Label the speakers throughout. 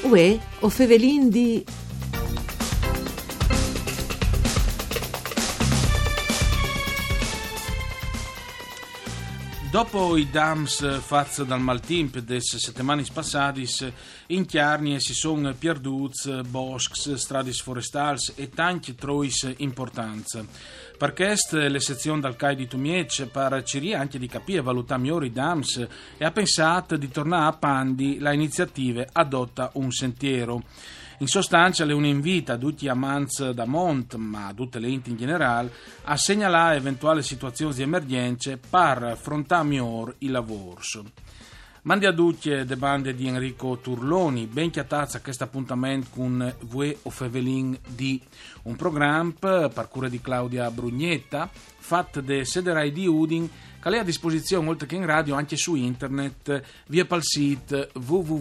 Speaker 1: Uè, o Fevelin di...
Speaker 2: Dopo i dams fatti dal maltemp des settimane passate, in Chiarnie si sono perduti boschi, strade forestali e tanti trois importanza. Per questo le sezioni dal CAI di Tumiec per cercare anche di capire e valutare meglio i dams e ha pensato di tornare a Pandi la iniziativa adotta un sentiero. In sostanza le un invita a tutti gli amanti da Mont, ma a tutte le enti in generale, a segnalare eventuali situazioni di emergenza per affrontare meglio i lavori. Mandi a tutti le bande di Enrico Turloni, ben chiatazza a questo appuntamento con Vue o Fevelin di un programma per cura di Claudia Brugnetta, fatto da Sederai di Udin, che è a disposizione oltre che in radio anche su internet via pal sito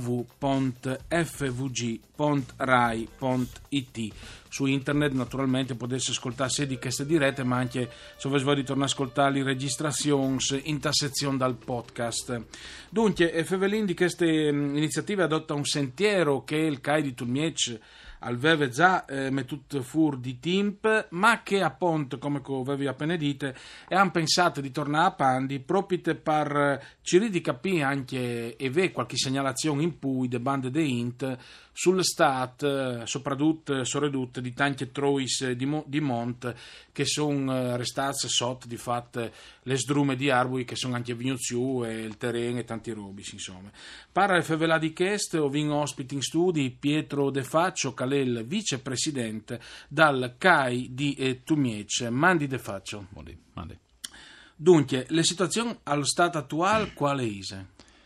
Speaker 2: www.fvg.rai.it. Su internet naturalmente potete ascoltare sia di queste dirette ma anche se vuoi ritornare a ascoltare le registrazioni in sezione dal podcast. Dunque Fevelin di queste iniziative adotta un sentiero che il CAI di Tulmiec aveva già mettut fur di temp, ma che appunto, come avevi appena dite, e hanno pensato di tornare a Pandi proprio per cercare di capire anche e ve qualche segnalazione in cui de bande de int sul stat, soprattutto soprattutto di tanti trois di Mont che sono restati sotto di fatto le sdrume di arbui che sono anche venuti giù e il terreno e tanti robis insomma. Per fevelà di chest ho vinto ospiti in studi Pietro De Faccio che è il vicepresidente dal CAI di Tumiec. Mandi De Faccio.
Speaker 3: Mandi.
Speaker 2: Dunque, le situazioni allo stato attuale quale è?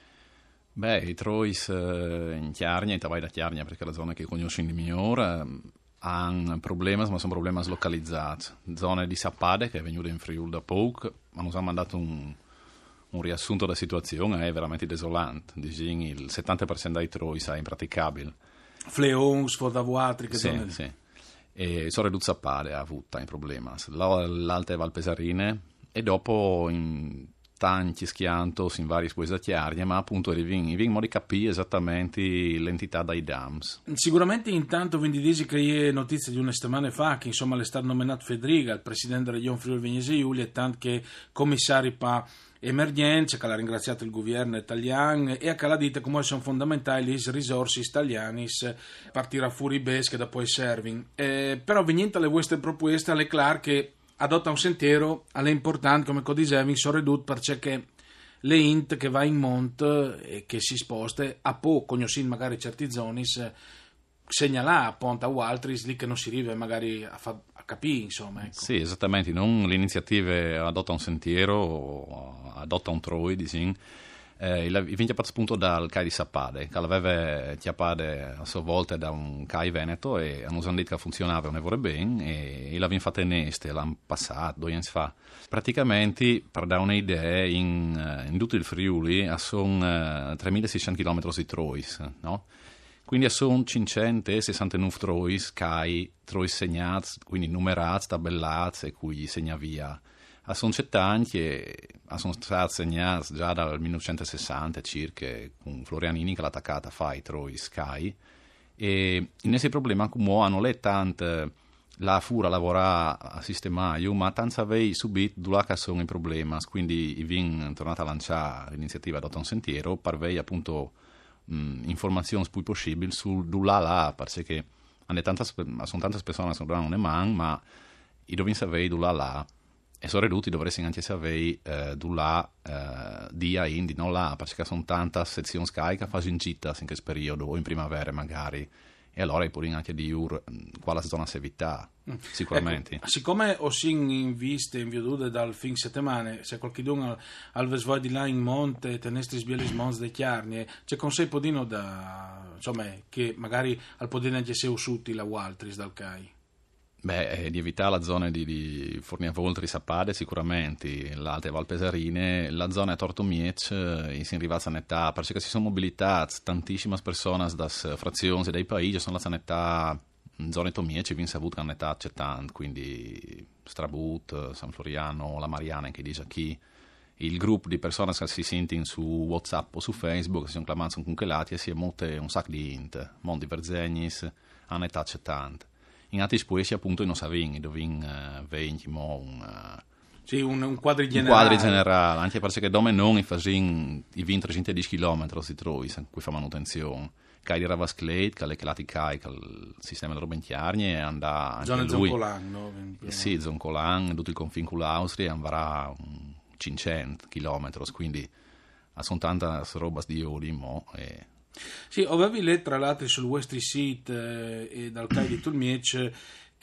Speaker 3: Beh, i trois in Chiarnia, in Tavai da Chiarnia, perché è la zona che conosci di migliore, hanno problemi, ma sono problemi localizzati. Zone di Sappade, che è venuta in Friuli da poco, hanno mandato un riassunto della situazione, è veramente desolante. Diciamo, il 70% dei trois è impraticabile.
Speaker 2: Fleons, Fordavoatri, che zone?
Speaker 3: Sì. E sono ridotte Sappade, ha avuto un problema. L'alta è Valpesarine, e dopo in tanti schiantos in vari Chiarnia, ma appunto vi modi capire esattamente l'entità dei dams.
Speaker 2: Sicuramente intanto quindi dici che è notizia di una settimana fa che insomma è stato nominato Fedriga, il presidente della Regione Friuli Venezia Giulia, e tanto che commissari per emergenze, che ha ringraziato il governo italiano e che ha detto come sono fondamentali le risorse italiane per tirare fuori i bes che da poi servono. Però venendo alle vostre proposte, è chiaro che adotta un sentiero, è importante, come dicevi, sono ridotto perché le int che va in Mont e che si sposta a po' conoscendo magari certi zoni segnalare appunto a altri lì che non si arriva magari a capire insomma. Ecco.
Speaker 3: Sì, esattamente, non l'iniziativa adotta un sentiero, adotta un troi, diciamo. Il vince appunto dal CAI di Sappade, che l'aveva chiappade a sua volta da un CAI Veneto e hanno detto che funzionava un evore bene e l'abbiamo fatta in este, l'hanno passato 2 anni fa. Praticamente, per dare un'idea, in tutto il Friuli sono 3.600 km di trois, no? Quindi sono 569 trois, CAI, trois segnati, quindi numerati, tabellati e cui segna via. Sono anni che sono stati segnati già dal 1960 circa con Florianini che l'ha attaccata a i Troi Sky e in questo problema come hanno letto tanto la fura lavorare a sistemare ma tanto avevi subito due che sono in problema quindi i vin tornato a lanciare l'iniziativa Adotta un Sentiero per avere appunto informazioni più possibili sul là perché sono tante persone che non ne manco ma i dovin sapere là e sono ridotti dovresti anche sapere dia indi non là perché sono tante sezioni Sky che fanno in città in questo periodo o in primavera magari e allora pure anche di quale zona si evita sicuramente.
Speaker 2: Ecco, siccome ho in viste in vedute dal fin settimane se qualcuno al vesvoi di là in monte tenestri sbielis mons de Chiarnie c'è con sé podino da insomma che magari al podino anche se usuti la Waltris dal CAI.
Speaker 3: Beh, di evitare la zona di Forniavoltri, Sappade sicuramente, l'Alta Valpesarine, la zona a Tortomiec, in Sinrivazza Netà, perché si sono mobilitate tantissime persone da frazioni dei paesi, sono la sanità in zone Tomiec, vi saputo che Netà c'è tanto, quindi Strabut, San Floriano, la Mariana, che dice qui, il gruppo di persone che si sentono su WhatsApp o su Facebook, si sono chiamati con quelati e si è molte un sacco di int, molti verzegnis, hanno età accettanti. In altri sposi appunto non savini, dove venimo
Speaker 2: un quadro generale.
Speaker 3: Un quadro generale, anche perché dome non i fasin i 20-30 km si trovi, qui fa manutenzione. Cai di Ravascleit, che le lati cai, che il sistema delle robentiarnie e andà anche
Speaker 2: zona
Speaker 3: lui.
Speaker 2: Zoncolan, no?
Speaker 3: Sì, Zoncolan, tutto il confine con l'Austria, andrà 500 km, quindi sono tante roba di odi, mo.
Speaker 2: Sì, avevi letto tra l'altro sul Westry Seat e dal CAI di Tolmiec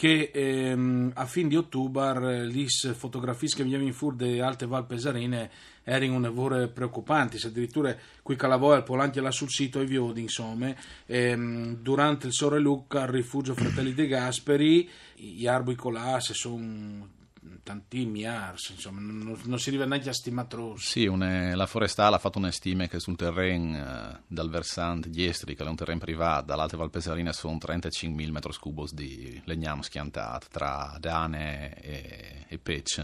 Speaker 2: che a fin di ottobre le fotografie che venivano fuori dalle alte Val Pesarine erano un'evore preoccupanti, addirittura qui Calavò al Polanti là sul sito e Viodi, insomma, durante il Sore Lucca al rifugio Fratelli De Gasperi, gli arbui colasse sono tanti miars, insomma, non si arriva neanche a stimatore.
Speaker 3: Sì, la forestale ha fatto una stima che sul terreno dal versante di Estri, che è un terreno privato, dall'Alte Valpesarina sono 35.000 metri cubi di legname schiantato tra dane e pecce.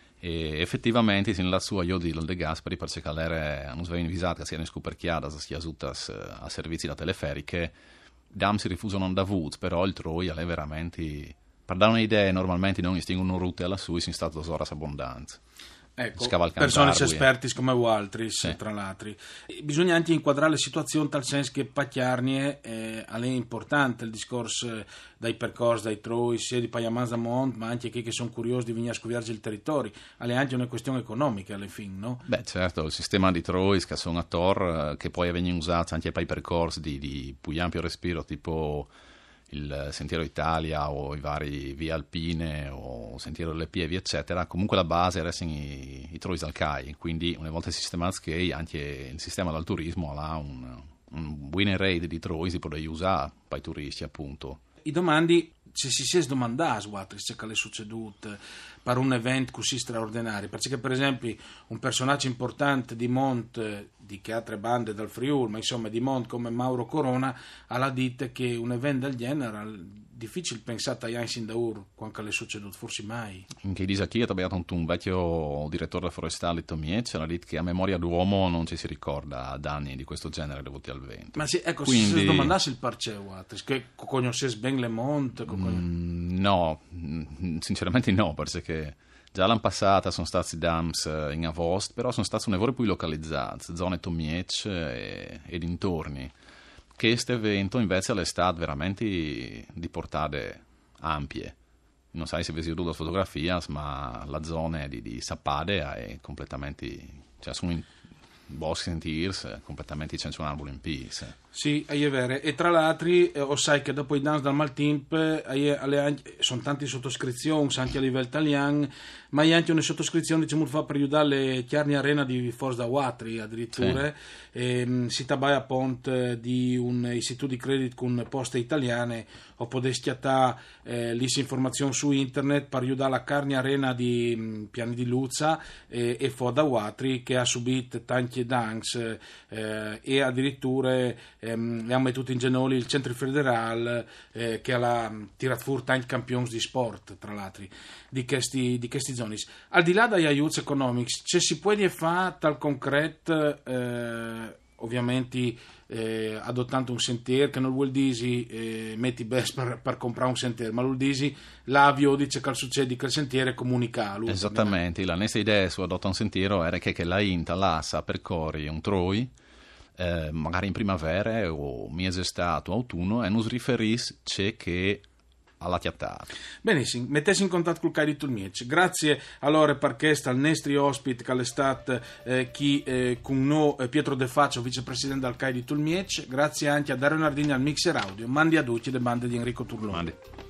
Speaker 3: E effettivamente in la sua io di De Gasperi perché l'era non svegli visata che si erano scoperchiate si asuttas a servizi da teleferiche dam si rifusano da Woods, però il Troia è veramente per dare un'idea normalmente non distinguono route alla sua in stato d'ora abbondanza.
Speaker 2: Ecco, persone esperti come Waltris, sì. Tra l'altro. Bisogna anche inquadrare la situazione tal senso che Pacchiarnie è importante il discorso dai percorsi, dai troi, sia di Paiamanza Mont, ma anche chi che sono curiosi di venire a scoviarci il territorio. È anche una questione economica alle fine, no?
Speaker 3: Beh, certo, il sistema di troi che sono a Tor, che poi vengono usati anche per i percorsi di più ampio respiro, tipo il Sentiero Italia o i vari vie alpine o Sentiero delle Pievi eccetera, comunque la base restano i Trois al CAI, quindi una volta sistemati anche il sistema del turismo ha un buon rate di Trois si può usare per i turisti appunto.
Speaker 2: I domandi se si è domandato che è succeduto per un evento così straordinario, perché per esempio un personaggio importante di Mont, di che altre bande dal Friuli, ma insomma di Mont come Mauro Corona, ha detto che un evento del genere è difficile pensare a Jansin Daur quando è succeduto, forse mai.
Speaker 3: In che disacchia abbiamo un vecchio direttore della forestale Tomiec, ha detto che a memoria d'uomo non ci si ricorda danni di questo genere dovuti al vento.
Speaker 2: Ma sì, ecco, quindi, se si domandasse il parceo, che conoscesse ben le Mont?
Speaker 3: No, sinceramente no, perché già l'anno passato sono stati dams in Avost, però sono stati un'evore più localizzati, zone Tomiec e dintorni. Che questo evento invece all'estate veramente di portate ampie. Non sai se avete veduto la fotografia, ma la zona di Sapade è completamente, cioè sono in boschi sentirs completamente censurabili in peace.
Speaker 2: Sì, è vero. E tra l'altro, sai che dopo i dance dal Maltimp sono tante sottoscrizioni anche a livello italiano, ma è anche una sottoscrizione diciamo fa per aiutare le Chiarni Arena di Forza Watri addirittura. Sì. Si tratta appunto di un istituto di credito con poste italiane o potete schiattare l'informazione su internet per aiutare la Carni Arena di Piani di Luzza e Forza Watri che ha subito tanti danze e addirittura abbiamo mettuto in genoli il centro federale che ha tirato fuori tanti campioni di sport tra l'altro di questi zoni. Al di là dagli aiuti economici c'è si può fare tal concreto ovviamente adottando un sentiero che non vuol dire metti best per comprare un sentiero, ma vuol dire l'avvio dice che succede che il sentiero è comunicato.
Speaker 3: Esattamente, la nostra idea su adotta un sentiero era che la Inta l'assa percorri un troi magari in primavera o mese estate o autunno e non si riferisce c'è che alla chiattata.
Speaker 2: Benissimo, mettesi in contatto col CAI di Tolmiec. Grazie allora per questo al nostri ospite che è stato con noi Pietro De Faccio, vicepresidente del CAI di Tolmiec. Grazie anche a Dario Nardini al mixer audio. Mandi a tutti le bande di Enrico Turloni.